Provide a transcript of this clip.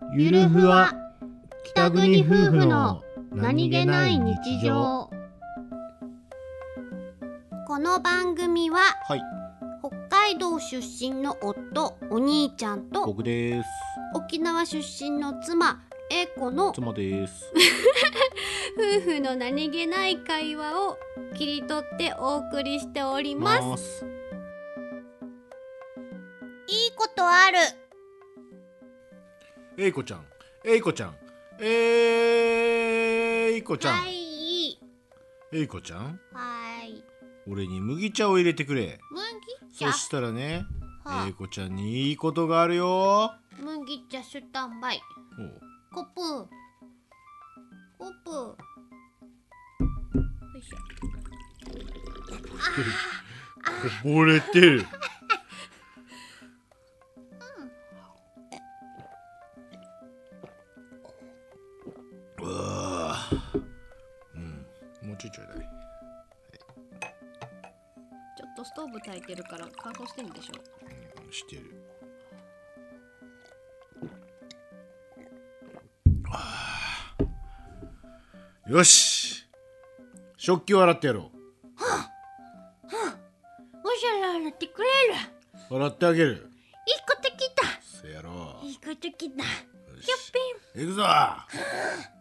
ゆるふわ北国夫婦の何気ない日常。 この番組は、 はい、 北海道出身の夫お兄ちゃんと僕です。 沖縄出身の妻英子の妻です。 夫婦の何気ない会話を切り取ってお送りしております。いいことある。 えいこちゃん、えいこちゃん、えいこちゃん、 はい、 えいこちゃん、 はい。 俺に麦茶を入れてくれ。 麦茶、 そしたらね、 はあえいこちゃんにいいことがあるよ。 麦茶スタンバイ。 おうコップコップ、よいしょ。 こぼれてる。うわー、もうちょいちょいだい。 ちょっとストーブ焚いてるから乾燥してるでしょ。 してる。よし、食器を洗ってやろおしゃら洗ってくれる。 う。洗ってあげる。 いいこと聞いた。 せやろう。 いいこと聞いた。 よしぴょっぴん。 行くぞ。